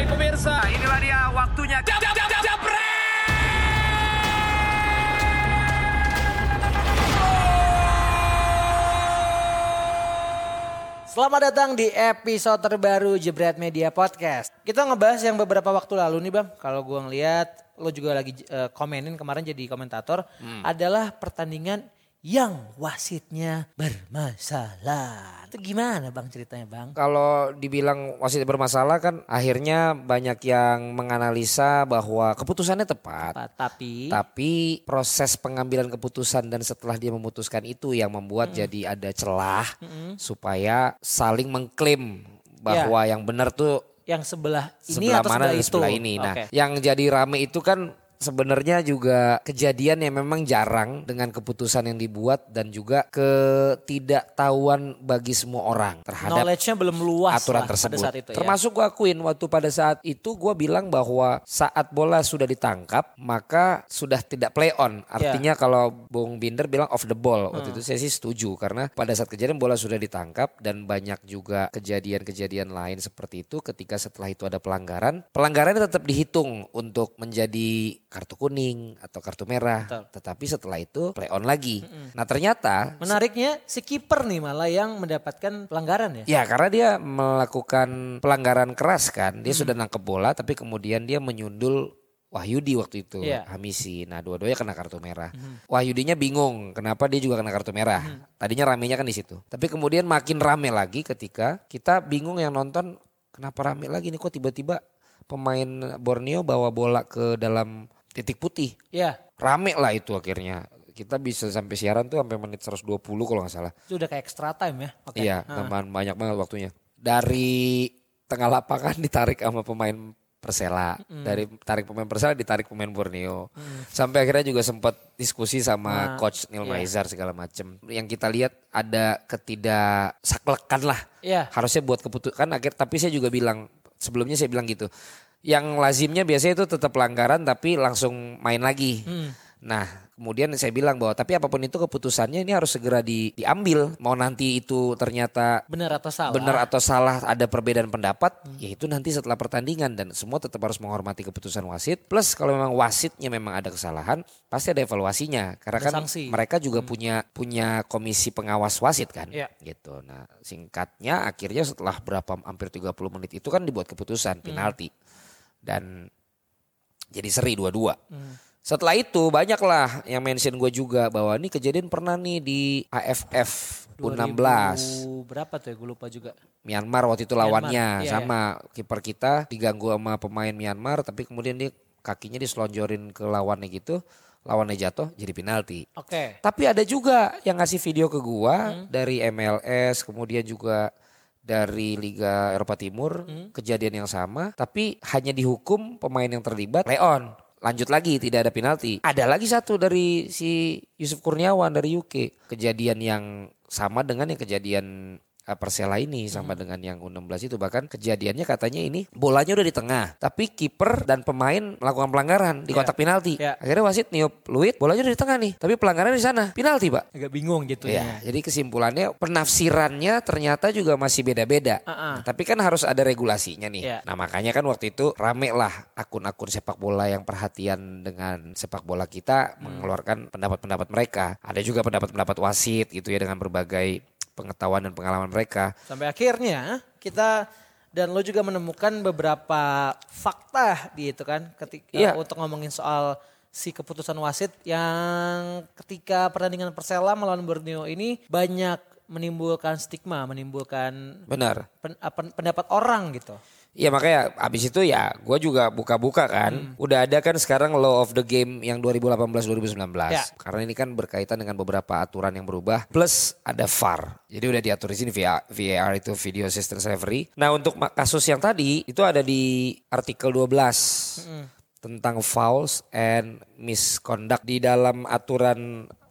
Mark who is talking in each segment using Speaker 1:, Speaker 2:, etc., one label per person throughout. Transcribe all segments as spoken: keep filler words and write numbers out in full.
Speaker 1: pemirsa, inilah dia waktunya. Jab, jab, jab, jab,
Speaker 2: Selamat datang di episode terbaru Jebret Media Podcast. Kita ngebahas yang beberapa waktu lalu nih Bang. Kalau gue ngeliat, lo juga lagi uh, komenin kemarin jadi komentator. Hmm. Adalah pertandingan yang wasitnya bermasalah. Itu gimana Bang ceritanya Bang?
Speaker 3: Kalau dibilang wasitnya bermasalah kan akhirnya banyak yang menganalisa bahwa keputusannya tepat.
Speaker 2: tepat tapi
Speaker 3: Tapi proses pengambilan keputusan dan setelah dia memutuskan itu yang membuat mm. jadi ada celah mm-hmm. supaya saling mengklaim bahwa ya. yang benar tuh
Speaker 2: yang sebelah ini
Speaker 3: sebelah
Speaker 2: atau
Speaker 3: mana
Speaker 2: sebelah
Speaker 3: dan
Speaker 2: itu.
Speaker 3: Sebelah ini. Nah,
Speaker 2: okay.
Speaker 3: yang jadi rame itu kan sebenarnya juga kejadian yang memang jarang dengan keputusan yang dibuat dan juga ketidaktahuan bagi semua orang terhadap
Speaker 2: knowledge-nya belum luas
Speaker 3: aturan
Speaker 2: lah
Speaker 3: tersebut.
Speaker 2: Pada saat itu,
Speaker 3: Termasuk
Speaker 2: ya.
Speaker 3: gue akuin waktu pada saat itu gue bilang bahwa saat bola sudah ditangkap maka sudah tidak play on. Artinya yeah. kalau Bung Binder bilang off the ball. Waktu hmm. itu saya sih setuju karena pada saat kejadian bola sudah ditangkap dan banyak juga kejadian-kejadian lain seperti itu ketika setelah itu ada pelanggaran. Pelanggarannya tetap dihitung untuk menjadi kartu kuning atau kartu merah. Betul. Tetapi setelah itu play on lagi. Mm-hmm. Nah ternyata.
Speaker 2: Menariknya si kiper nih malah yang mendapatkan pelanggaran ya.
Speaker 3: Ya karena dia melakukan pelanggaran keras kan. Dia mm. sudah nangkep bola tapi kemudian dia menyundul Wahyudi waktu itu. Yeah. Hamisi. Nah dua-duanya kena kartu merah. Mm-hmm. Wahyudinya bingung kenapa dia juga kena kartu merah. Mm-hmm. Tadinya ramenya kan di situ. Tapi kemudian makin rame lagi ketika kita bingung yang nonton kenapa rame lagi nih kok tiba-tiba pemain Borneo bawa bola ke dalam titik putih.
Speaker 2: Iya.
Speaker 3: Rame lah itu akhirnya. Kita bisa sampai siaran tuh sampai menit seratus dua puluh kalau gak salah.
Speaker 2: Itu udah kayak extra time ya. Okay.
Speaker 3: Iya, tambahan banyak banget waktunya. Dari tengah lapangan ditarik sama pemain Persela. Mm. Dari tarik pemain Persela ditarik pemain Borneo. Mm. Sampai akhirnya juga sempat diskusi sama nah, coach Neil yeah. Maizar segala macem. Yang kita lihat ada ketidaksaklekan lah. Yeah. Harusnya buat keputusan akhir. Tapi saya juga bilang, sebelumnya saya bilang gitu. Yang lazimnya biasanya itu tetap pelanggaran tapi langsung main lagi. Hmm. Nah kemudian saya bilang bahwa tapi apapun itu keputusannya ini harus segera di, diambil. Mau nanti itu ternyata
Speaker 2: benar atau salah.
Speaker 3: Benar atau salah ada perbedaan pendapat. Hmm. Ya itu nanti setelah pertandingan dan semua tetap harus menghormati keputusan wasit. Plus kalau memang wasitnya memang ada kesalahan pasti ada evaluasinya. Karena ada kan sanksi. Mereka juga hmm. punya punya komisi pengawas wasit kan. Ya. Gitu. Nah singkatnya akhirnya setelah berapa hampir tiga puluh menit itu kan dibuat keputusan penalti. Hmm. Dan jadi seri dua-dua. Hmm. Setelah itu banyaklah yang mention gue juga bahwa ini kejadian pernah nih di A F F U enam belas.
Speaker 2: Berapa tuh ya gue lupa juga.
Speaker 3: Myanmar waktu itu lawannya
Speaker 2: Myanmar.
Speaker 3: sama iya, iya. kiper kita diganggu sama pemain Myanmar tapi kemudian dia kakinya diselonjorin ke lawannya gitu. Lawannya jatuh jadi penalti.
Speaker 2: Oke. Okay.
Speaker 3: Tapi ada juga yang ngasih video ke gue hmm. dari M L S kemudian juga dari Liga Eropa Timur hmm. kejadian yang sama tapi hanya dihukum pemain yang terlibat play on. Lanjut lagi tidak ada penalti. Ada lagi satu dari si Yusuf Kurniawan dari U K. Kejadian yang sama dengan yang kejadian Persela ini sama hmm. dengan yang U enam belas itu. Bahkan kejadiannya katanya ini bolanya udah di tengah tapi kiper dan pemain melakukan pelanggaran di kotak yeah. penalti. Yeah. Akhirnya wasit niup fluid bolanya udah di tengah nih tapi pelanggaran di sana penalti Pak.
Speaker 2: Agak bingung gitu
Speaker 3: ya. Jadi kesimpulannya penafsirannya ternyata juga masih beda-beda. Uh-uh. Nah, tapi kan harus ada regulasinya nih. Yeah. Nah makanya kan waktu itu rame lah akun-akun sepak bola yang perhatian dengan sepak bola kita hmm. mengeluarkan pendapat-pendapat mereka. Ada juga pendapat-pendapat wasit gitu ya dengan berbagai pengetahuan dan pengalaman mereka.
Speaker 2: Sampai akhirnya kita dan lo juga menemukan beberapa fakta di itu kan ketika yeah. untuk ngomongin soal si keputusan wasit yang ketika pertandingan Persela melawan Borneo ini banyak menimbulkan stigma, menimbulkan
Speaker 3: benar
Speaker 2: pen, pendapat orang gitu.
Speaker 3: Iya makanya abis itu ya gue juga buka-buka kan. Hmm. Udah ada kan sekarang law of the game yang dua ribu delapan belas dua ribu sembilan belas. Ya. Karena ini kan berkaitan dengan beberapa aturan yang berubah. Plus ada V A R. Jadi udah diatur di sini V A R itu Video Assistance Referee. Nah untuk kasus yang tadi itu ada di artikel dua belas. Hmm. Tentang fouls and misconduct. Di dalam aturan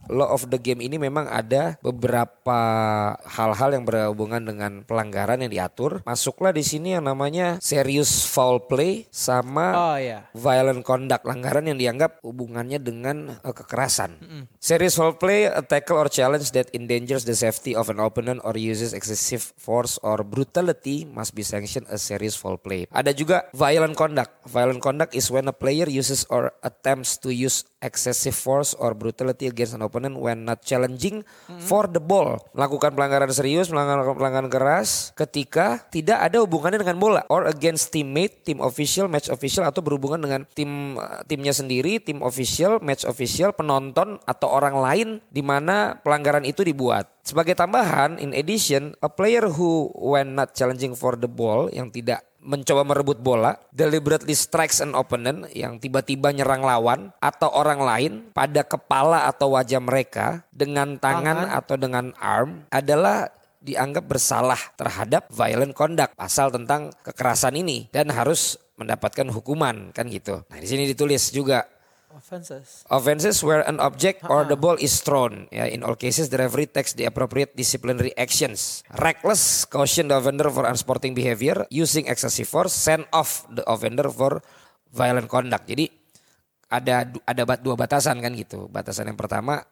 Speaker 3: law of the game ini memang ada beberapa hal-hal yang berhubungan dengan pelanggaran yang diatur. Masuklah di sini yang namanya serious foul play sama
Speaker 2: Oh iya.
Speaker 3: violent conduct, pelanggaran yang dianggap hubungannya dengan uh, kekerasan. Mm-hmm. Serious foul play, a tackle or challenge that endangers the safety of an opponent or uses excessive force or brutality must be sanctioned as serious foul play. Ada juga violent conduct. Violent conduct is when a player uses or attempts to use excessive force or brutality against an opponent when not challenging mm-hmm. for the ball. Melakukan pelanggaran serius, melanggar pelanggaran keras ketika tidak ada hubungannya dengan bola, or against teammate, team official, match official, atau berhubungan dengan tim timnya sendiri, tim official, match official, penonton atau orang lain di mana pelanggaran itu dibuat. Sebagai tambahan, in addition, a player who when not challenging for the ball, yang tidak mencoba merebut bola, deliberately strikes an opponent, yang tiba-tiba nyerang lawan atau orang lain pada kepala atau wajah mereka dengan tangan, tangan. atau dengan arm, adalah dianggap bersalah terhadap violent conduct, pasal tentang kekerasan ini, dan harus mendapatkan hukuman, kan gitu. Nah, di sini ditulis juga
Speaker 2: offenses.
Speaker 3: Offenses where an object or the ball is thrown. Ya, in all cases the referee takes the appropriate disciplinary actions. Reckless, caution the offender for unsporting behavior, using excessive force, send off the offender for violent conduct. Jadi ada ada dua batasan kan gitu. Batasan yang pertama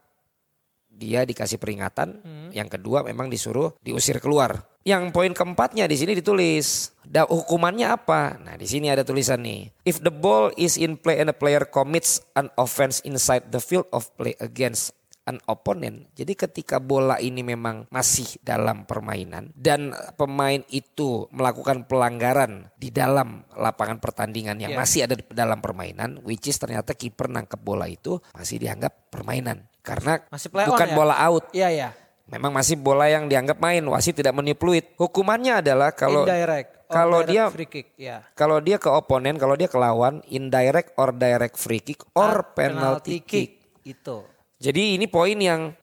Speaker 3: dia dikasih peringatan, hmm. yang kedua memang disuruh diusir keluar. Yang poin keempatnya di sini ditulis, da, hukumannya apa? Nah, di sini ada tulisan nih. If the ball is in play and a player commits an offense inside the field of play against an opponent. Jadi ketika bola ini memang masih dalam permainan dan pemain itu melakukan pelanggaran di dalam lapangan pertandingan yang yeah. masih ada di dalam permainan, which is ternyata kiper nangkep bola itu masih dianggap permainan. Karena
Speaker 2: masih
Speaker 3: bukan
Speaker 2: ya?
Speaker 3: bola out.
Speaker 2: Iya, iya.
Speaker 3: Memang masih bola yang dianggap main, wasit tidak meniup peluit. Hukumannya adalah kalau
Speaker 2: indirect,
Speaker 3: kalau dia
Speaker 2: free kick, ya.
Speaker 3: Kalau dia ke oponen, kalau dia ke lawan, indirect or direct free kick or ah, penalty, penalty kick.
Speaker 2: kick. Itu.
Speaker 3: Jadi ini poin yang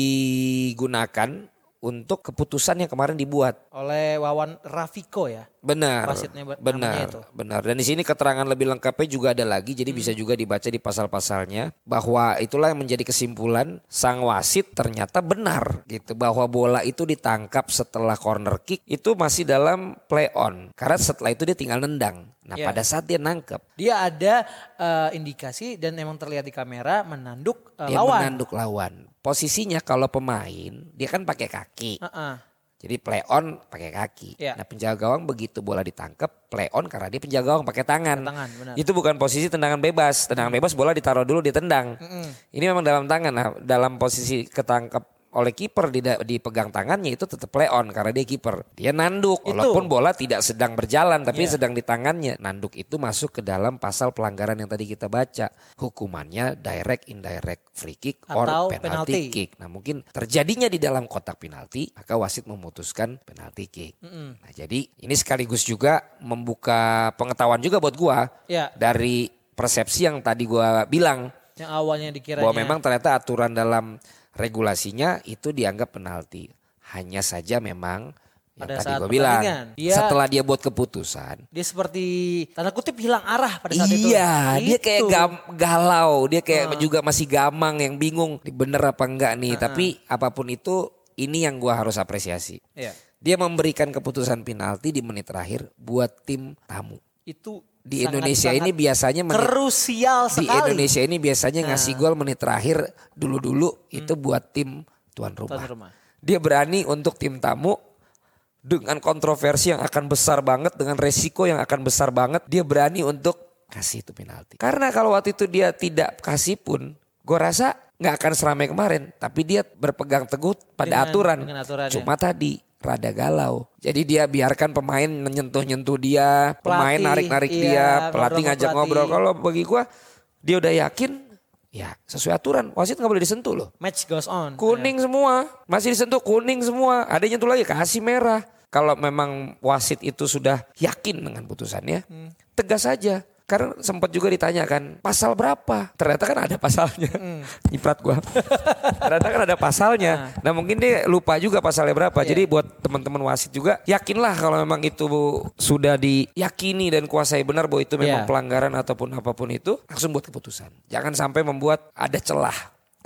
Speaker 3: digunakan untuk keputusan yang kemarin dibuat
Speaker 2: oleh Wawan Rafiko ya.
Speaker 3: Benar, benar,
Speaker 2: itu.
Speaker 3: benar. Dan di sini keterangan lebih lengkapnya juga ada lagi, jadi hmm. bisa juga dibaca di pasal-pasalnya bahwa itulah yang menjadi kesimpulan sang wasit ternyata benar gitu, bahwa bola itu ditangkap setelah corner kick itu masih dalam play on, karena setelah itu dia tinggal nendang. Nah ya. Pada saat dia nangkep,
Speaker 2: dia ada uh, indikasi dan emang terlihat di kamera menanduk uh,
Speaker 3: dia
Speaker 2: lawan.
Speaker 3: menanduk lawan. Posisinya kalau pemain dia kan pakai kaki. Uh-uh. Jadi play on pakai kaki. Ya. Nah penjaga gawang begitu bola ditangkap play on karena dia penjaga gawang pakai tangan.
Speaker 2: tangan
Speaker 3: Itu bukan posisi tendangan bebas. Tendangan bebas bola ditaruh dulu ditendang. Mm-mm. Ini memang dalam tangan. Nah dalam posisi ketangkep oleh kiper di dipegang tangannya itu tetap play on karena dia kiper. Dia nanduk itu. Walaupun bola tidak sedang berjalan tapi yeah. sedang di tangannya. Nanduk itu masuk ke dalam pasal pelanggaran yang tadi kita baca. Hukumannya direct, indirect free kick or penalty, penalty kick. Nah mungkin terjadinya di dalam kotak penalti maka wasit memutuskan penalty kick. Mm-hmm. Nah jadi ini sekaligus juga membuka pengetahuan juga buat gua yeah. dari persepsi yang tadi gua bilang.
Speaker 2: Yang awalnya dikiranya.
Speaker 3: Bahwa memang ternyata aturan dalam regulasinya itu dianggap penalti. Hanya saja memang yang
Speaker 2: pada
Speaker 3: tadi gue bilang dia, setelah dia buat keputusan.
Speaker 2: Dia seperti tanda kutip hilang arah pada saat
Speaker 3: iya,
Speaker 2: itu.
Speaker 3: Iya dia kayak gam, galau. Dia kayak
Speaker 2: uh.
Speaker 3: juga masih gamang yang bingung. Bener apa enggak nih. Uh-uh. Tapi apapun itu ini yang gue harus apresiasi. Yeah. Dia memberikan keputusan penalti di menit terakhir buat tim tamu.
Speaker 2: Itu
Speaker 3: di
Speaker 2: sangat,
Speaker 3: Indonesia
Speaker 2: sangat
Speaker 3: ini biasanya menit,
Speaker 2: krusial sekali.
Speaker 3: Di Indonesia ini biasanya nah. ngasih gol menit terakhir dulu-dulu hmm. itu buat tim tuan rumah. tuan rumah. Dia berani untuk tim tamu dengan kontroversi yang akan besar banget, dengan resiko yang akan besar banget, dia berani untuk kasih itu penalti. Karena kalau waktu itu dia tidak kasih pun, gue rasa nggak akan seramai kemarin. Tapi dia berpegang teguh pada dengan, aturan. Dengan Cuma tadi rada galau. Jadi dia biarkan pemain menyentuh-nyentuh dia, pelatih, pemain narik-narik iya, dia, pelatih ngajak pelatih. ngobrol. Kalau bagi gua dia udah yakin, ya sesuai aturan. Wasit nggak boleh disentuh loh.
Speaker 2: Match goes on.
Speaker 3: Kuning ya. semua, masih disentuh kuning semua. Ada yang nyentuh lagi kasih merah. Kalau memang wasit itu sudah yakin dengan putusannya, hmm. tegas saja. Karena sempat juga ditanyakan pasal berapa. Ternyata kan ada pasalnya. Mm. Nyiprat gua. Ternyata kan ada pasalnya. Nah. nah mungkin dia lupa juga pasalnya berapa. Yeah. Jadi buat teman-teman wasit juga yakinlah kalau memang itu sudah diyakini dan kuasai benar bahwa itu memang yeah. pelanggaran ataupun apapun itu. Langsung buat keputusan. Jangan sampai membuat ada celah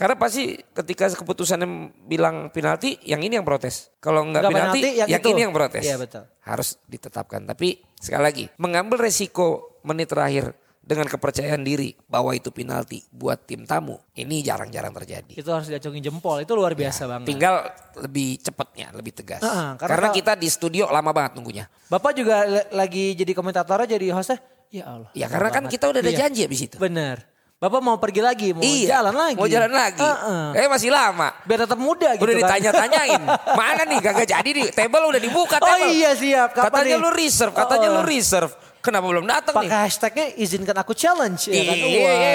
Speaker 3: Karena pasti ketika keputusannya bilang penalti, yang ini yang protes. Kalau nggak
Speaker 2: Nggak
Speaker 3: penalti,
Speaker 2: penalti, yang
Speaker 3: yang
Speaker 2: itu.
Speaker 3: ini yang protes.
Speaker 2: Iya, betul.
Speaker 3: Harus ditetapkan. Tapi sekali lagi, mengambil resiko menit terakhir dengan kepercayaan diri bahwa itu penalti buat tim tamu, ini jarang-jarang terjadi.
Speaker 2: Itu harus diacungin jempol, itu luar biasa banget.
Speaker 3: Tinggal lebih cepatnya, lebih tegas.
Speaker 2: Uh-uh, karena
Speaker 3: karena
Speaker 2: kalau-
Speaker 3: kita di studio lama banget nunggunya.
Speaker 2: Bapak juga l- lagi jadi komentatornya, jadi hostnya. Ya Allah.
Speaker 3: Ya
Speaker 2: lama
Speaker 3: karena kan
Speaker 2: banget.
Speaker 3: kita udah ada
Speaker 2: Iya.
Speaker 3: janji abis itu.
Speaker 2: Bener. Bapak mau pergi lagi, mau
Speaker 3: Iya,
Speaker 2: jalan lagi.
Speaker 3: mau jalan lagi.
Speaker 2: Uh-uh.
Speaker 3: Kayaknya masih lama.
Speaker 2: Biar tetap muda gitu
Speaker 3: Udah
Speaker 2: kan.
Speaker 3: ditanya-tanyain. Mana nih kagak jadi nih. Table udah dibuka
Speaker 2: Oh
Speaker 3: table.
Speaker 2: iya siap. Kapan
Speaker 3: Katanya
Speaker 2: nih?
Speaker 3: lu reserve, katanya
Speaker 2: Oh.
Speaker 3: lu reserve. Kenapa belum datang nih?
Speaker 2: Pakai hashtagnya izinkan aku challenge. Ya kan?
Speaker 3: Iya,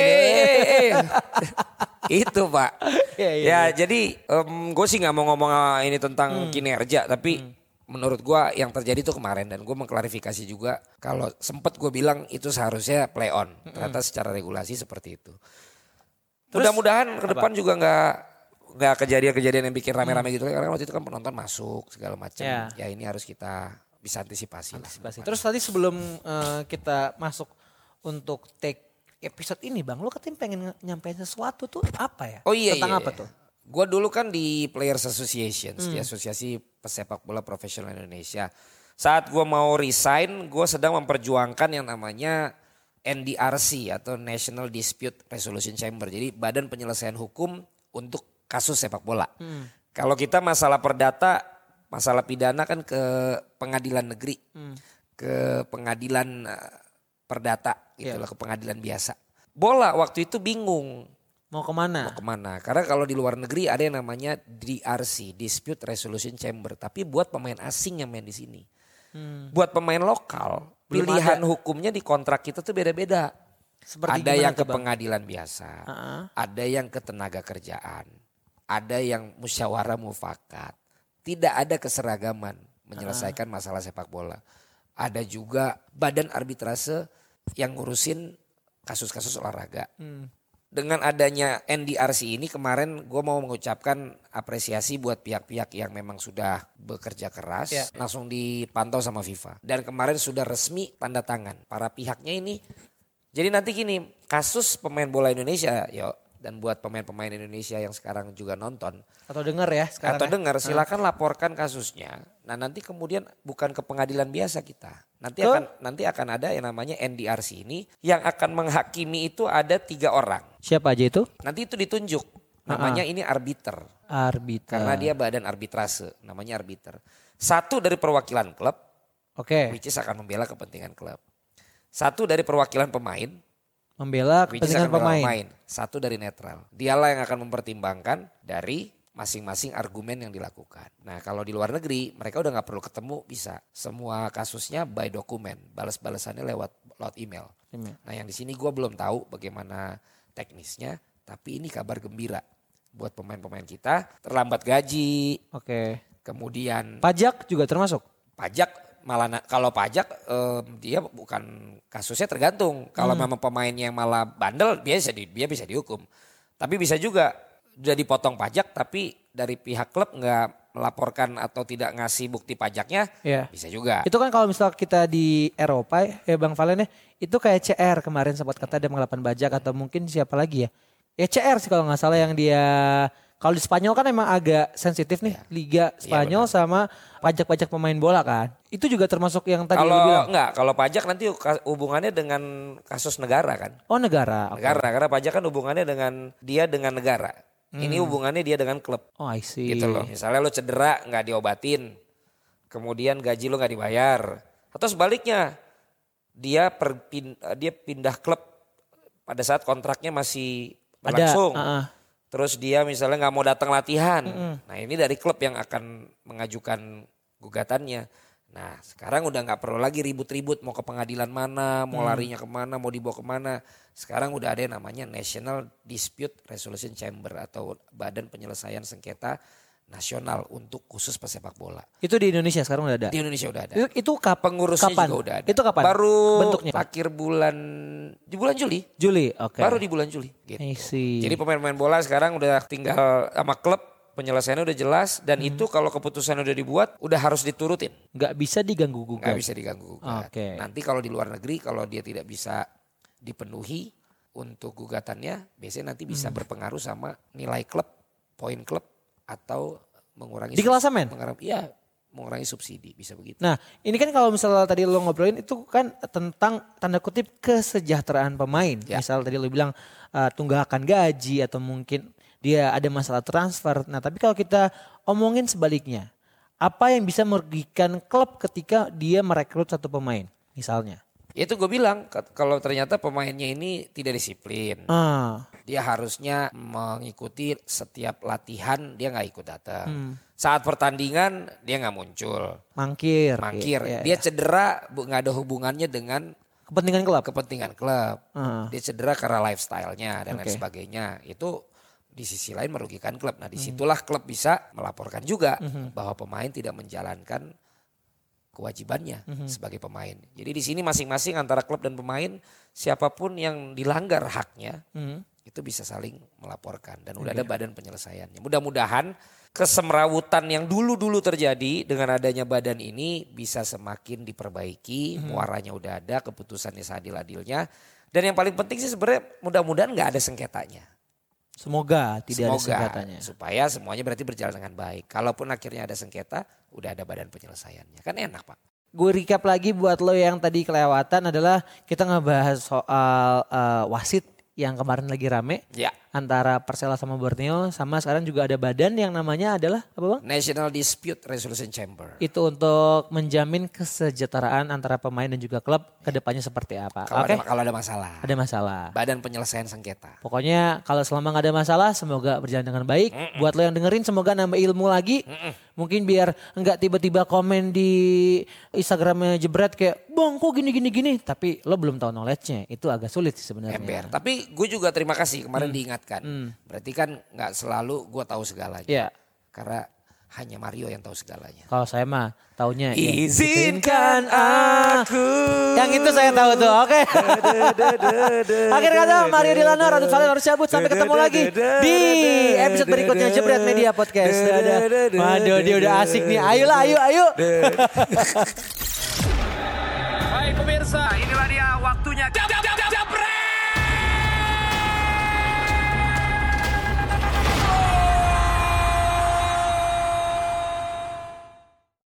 Speaker 2: Waduh.
Speaker 3: itu Pak.
Speaker 2: Iya, iya,
Speaker 3: Ya
Speaker 2: iya.
Speaker 3: jadi gue sih nggak mau ngomong ah, ini tentang kinerja, tapi menurut gue yang terjadi itu kemarin dan gue mengklarifikasi juga kalau sempet gue bilang itu seharusnya play on. Ternyata secara regulasi seperti itu. Mudah-mudahan ke depan juga nggak nggak kejadian-kejadian yang bikin rame-rame gitu karena waktu itu kan penonton masuk segala macam.
Speaker 2: Ya.
Speaker 3: Ya ini harus kita bisa antisipasi. lah.
Speaker 2: Antisipasi. Terus tadi sebelum eh, kita masuk untuk take episode ini Bang, lu katanya pengen nge- nyampein sesuatu tuh apa ya?
Speaker 3: Oh iya
Speaker 2: Tentang
Speaker 3: iya.
Speaker 2: apa
Speaker 3: iya.
Speaker 2: tuh?
Speaker 3: Gue dulu kan di Players Association, di Asosiasi Pesepak Bola Profesional Indonesia. Saat gue mau resign, gue sedang memperjuangkan yang namanya N D R C atau National Dispute Resolution Chamber. Jadi Badan Penyelesaian Hukum untuk kasus sepak bola. Kalau kita masalah perdata, masalah pidana kan ke pengadilan negeri, ke pengadilan eh, perdata, gitulah ke pengadilan biasa. Bola waktu itu bingung.
Speaker 2: Mau kemana?
Speaker 3: Mau kemana? Karena kalau di luar negeri ada yang namanya D R C, Dispute Resolution Chamber. Tapi buat pemain asing yang main di sini.
Speaker 2: Hmm.
Speaker 3: Buat pemain lokal,
Speaker 2: Belum
Speaker 3: pilihan
Speaker 2: ada.
Speaker 3: hukumnya di kontrak kita tuh beda-beda.
Speaker 2: Seperti
Speaker 3: Ada
Speaker 2: gimana
Speaker 3: yang
Speaker 2: tuh,
Speaker 3: ke
Speaker 2: Bang?
Speaker 3: pengadilan biasa,
Speaker 2: Uh-uh.
Speaker 3: ada yang ke tenaga kerjaan, ada yang musyawarah mufakat. Tidak ada keseragaman menyelesaikan masalah sepak bola. Ada juga badan arbitrase yang ngurusin kasus-kasus olahraga.
Speaker 2: Hmm.
Speaker 3: Dengan adanya N D R C ini kemarin gue mau mengucapkan apresiasi buat pihak-pihak yang memang sudah bekerja keras.
Speaker 2: Ya.
Speaker 3: Langsung dipantau sama FIFA. Dan kemarin sudah resmi tanda tangan. Para pihaknya ini. Jadi nanti gini, kasus pemain bola Indonesia yo, dan buat pemain-pemain Indonesia yang sekarang juga nonton.
Speaker 2: Atau denger ya sekarang.
Speaker 3: Atau
Speaker 2: ya?
Speaker 3: dengar silakan laporkan kasusnya. Nah nanti kemudian bukan ke pengadilan biasa kita. Nanti
Speaker 2: Ke?
Speaker 3: akan nanti akan ada yang namanya N D R C ini yang akan menghakimi itu ada tiga orang.
Speaker 2: Siapa aja itu?
Speaker 3: Nanti itu ditunjuk. Namanya ini arbiter.
Speaker 2: Arbiter.
Speaker 3: Karena dia badan arbitrase. Namanya arbiter. Satu dari perwakilan klub.
Speaker 2: Oke.
Speaker 3: Which is akan membela kepentingan klub. Satu dari perwakilan pemain.
Speaker 2: Membela
Speaker 3: Which is
Speaker 2: kepentingan
Speaker 3: akan membela
Speaker 2: pemain.
Speaker 3: Satu dari netral. Dialah yang akan mempertimbangkan dari masing-masing argumen yang dilakukan. Nah kalau di luar negeri mereka udah gak perlu ketemu bisa. Semua kasusnya by dokumen. Balas-balasannya lewat lewat email.
Speaker 2: Email.
Speaker 3: Nah yang di sini gue belum tahu bagaimana teknisnya. Tapi ini kabar gembira buat pemain-pemain kita. Terlambat gaji,
Speaker 2: Oke.
Speaker 3: kemudian
Speaker 2: Pajak juga termasuk?
Speaker 3: pajak malah na- kalau pajak em, dia bukan kasusnya tergantung. Kalau memang pemainnya yang malah bandel dia bisa di- dia bisa dihukum. Tapi bisa juga udah dipotong pajak tapi dari pihak klub nggak melaporkan atau tidak ngasih bukti pajaknya
Speaker 2: Iya.
Speaker 3: bisa juga.
Speaker 2: Itu kan kalau misal kita di Eropa ya Bang Valen ya, itu kayak C R kemarin sempat kata dia mengelapkan pajak atau mungkin siapa lagi ya. Ya C R sih kalau nggak salah yang dia, kalau di Spanyol kan emang agak sensitif nih Liga Spanyol sama pajak-pajak pemain bola kan. Itu juga termasuk yang tadi lu
Speaker 3: Kalau
Speaker 2: bilang.
Speaker 3: enggak, kalau pajak nanti ka- hubungannya dengan kasus negara kan.
Speaker 2: Oh negara. Oke.
Speaker 3: Negara, karena pajak kan hubungannya dengan dia dengan negara. Ini hubungannya dia dengan klub.
Speaker 2: Oh I see.
Speaker 3: Gitu loh. Misalnya lo cedera nggak diobatin, kemudian gaji lo nggak dibayar, atau sebaliknya dia perpin, dia pindah klub pada saat kontraknya masih berlangsung,
Speaker 2: Ada, uh-uh.
Speaker 3: terus dia misalnya nggak mau datang latihan, nah ini dari klub yang akan mengajukan gugatannya. Nah sekarang udah nggak perlu lagi ribut-ribut mau ke pengadilan mana, mau larinya kemana, mau dibawa kemana. Sekarang udah ada yang namanya National Dispute Resolution Chamber atau Badan Penyelesaian Sengketa Nasional untuk khusus pesepak bola.
Speaker 2: Itu di Indonesia sekarang udah ada.
Speaker 3: Di Indonesia udah ada.
Speaker 2: Itu, itu kap-
Speaker 3: Pengurusnya
Speaker 2: kapan?
Speaker 3: juga udah ada.
Speaker 2: Itu kapan?
Speaker 3: Baru
Speaker 2: bentuknya?
Speaker 3: akhir bulan, di bulan Juli.
Speaker 2: Juli. Oke.
Speaker 3: Baru di bulan Juli. Gitu.
Speaker 2: I see.
Speaker 3: Jadi pemain-pemain bola sekarang udah tinggal sama klub. Penyelesaiannya udah jelas dan
Speaker 2: Hmm.
Speaker 3: itu kalau keputusan udah dibuat udah harus diturutin.
Speaker 2: nggak bisa diganggu gugat.
Speaker 3: Nggak bisa diganggu gugat.
Speaker 2: Oke.
Speaker 3: Nanti kalau di luar negeri kalau dia tidak bisa dipenuhi untuk gugatannya biasanya nanti bisa hmm. berpengaruh sama nilai klub, poin klub atau mengurangi
Speaker 2: di klasemen.
Speaker 3: Iya, mengurangi subsidi bisa begitu.
Speaker 2: Nah, ini kan kalau misalnya tadi lo ngobrolin itu kan tentang tanda kutip kesejahteraan pemain. Ya. Misal tadi lo bilang uh, tunggakan gaji atau mungkin dia ada masalah transfer. Nah, tapi kalau kita omongin sebaliknya, apa yang bisa merugikan klub ketika dia merekrut satu pemain misalnya?
Speaker 3: Itu gue bilang kalau ternyata pemainnya ini tidak disiplin.
Speaker 2: Ah.
Speaker 3: Dia harusnya mengikuti setiap latihan dia gak ikut datang. Hmm. Saat pertandingan dia gak muncul.
Speaker 2: Mangkir.
Speaker 3: Mangkir.
Speaker 2: Iya, iya.
Speaker 3: Dia cedera gak ada hubungannya dengan
Speaker 2: kepentingan klub.
Speaker 3: Kepentingan klub.
Speaker 2: Ah.
Speaker 3: Dia cedera karena lifestyle-nya dan okay. lain sebagainya. Itu di sisi lain merugikan klub. Nah disitulah hmm. klub bisa melaporkan juga hmm. bahwa pemain tidak menjalankan kewajibannya mm-hmm. sebagai pemain. Jadi di sini masing-masing antara klub dan pemain siapapun yang dilanggar haknya mm-hmm. itu bisa saling melaporkan dan udah okay. ada badan penyelesaiannya. Mudah-mudahan kesemrawutan yang dulu-dulu terjadi dengan adanya badan ini bisa semakin diperbaiki, mm-hmm. muaranya udah ada, keputusannya seadil-adilnya dan yang paling penting sih sebenarnya mudah-mudahan nggak ada sengketanya.
Speaker 2: Semoga tidak
Speaker 3: Semoga,
Speaker 2: ada sengketanya.
Speaker 3: Supaya semuanya berarti berjalan dengan baik. Kalaupun akhirnya ada sengketa, udah ada badan penyelesaiannya. Kan enak Pak.
Speaker 2: Gue recap lagi buat lo yang tadi kelewatan adalah kita ngebahas soal uh, wasit yang kemarin lagi rame.
Speaker 3: Ya.
Speaker 2: Antara Persela sama Borneo sama sekarang juga ada badan yang namanya adalah apa Bang?
Speaker 3: National Dispute Resolution Chamber.
Speaker 2: Itu untuk menjamin kesejahteraan antara pemain dan juga klub ke depannya seperti apa.
Speaker 3: Kalau
Speaker 2: Oke?
Speaker 3: ada, kalau ada masalah.
Speaker 2: Ada masalah.
Speaker 3: Badan penyelesaian sengketa.
Speaker 2: Pokoknya kalau selama gak ada masalah semoga berjalan dengan baik. Mm-mm. Buat lo yang dengerin semoga nambah ilmu lagi. Mm-mm. Mungkin biar enggak tiba-tiba komen di Instagramnya Jebret kayak Bang kok gini-gini gini. Tapi lo belum tahu knowledge-nya. Itu agak sulit sih sebenarnya.
Speaker 3: Ember. Tapi gue juga terima kasih kemarin hmm. diingatkan.
Speaker 2: Hmm.
Speaker 3: Berarti kan gak selalu gue tahu segalanya.
Speaker 2: Yeah.
Speaker 3: Karena hanya Mario yang tahu segalanya.
Speaker 2: Kalau saya mah taunya
Speaker 3: izinkan
Speaker 2: ya.
Speaker 3: aku.
Speaker 2: Yang itu saya tahu tuh. Oke. Okay. Akhir kata Mario Dilano, Radu Saleh harus cabut. Sampai ketemu lagi di episode berikutnya Jebret Media Podcast. Waduh dia udah asik nih. Ayolah ayo ayo.
Speaker 1: Baik pemirsa, inilah dia waktunya.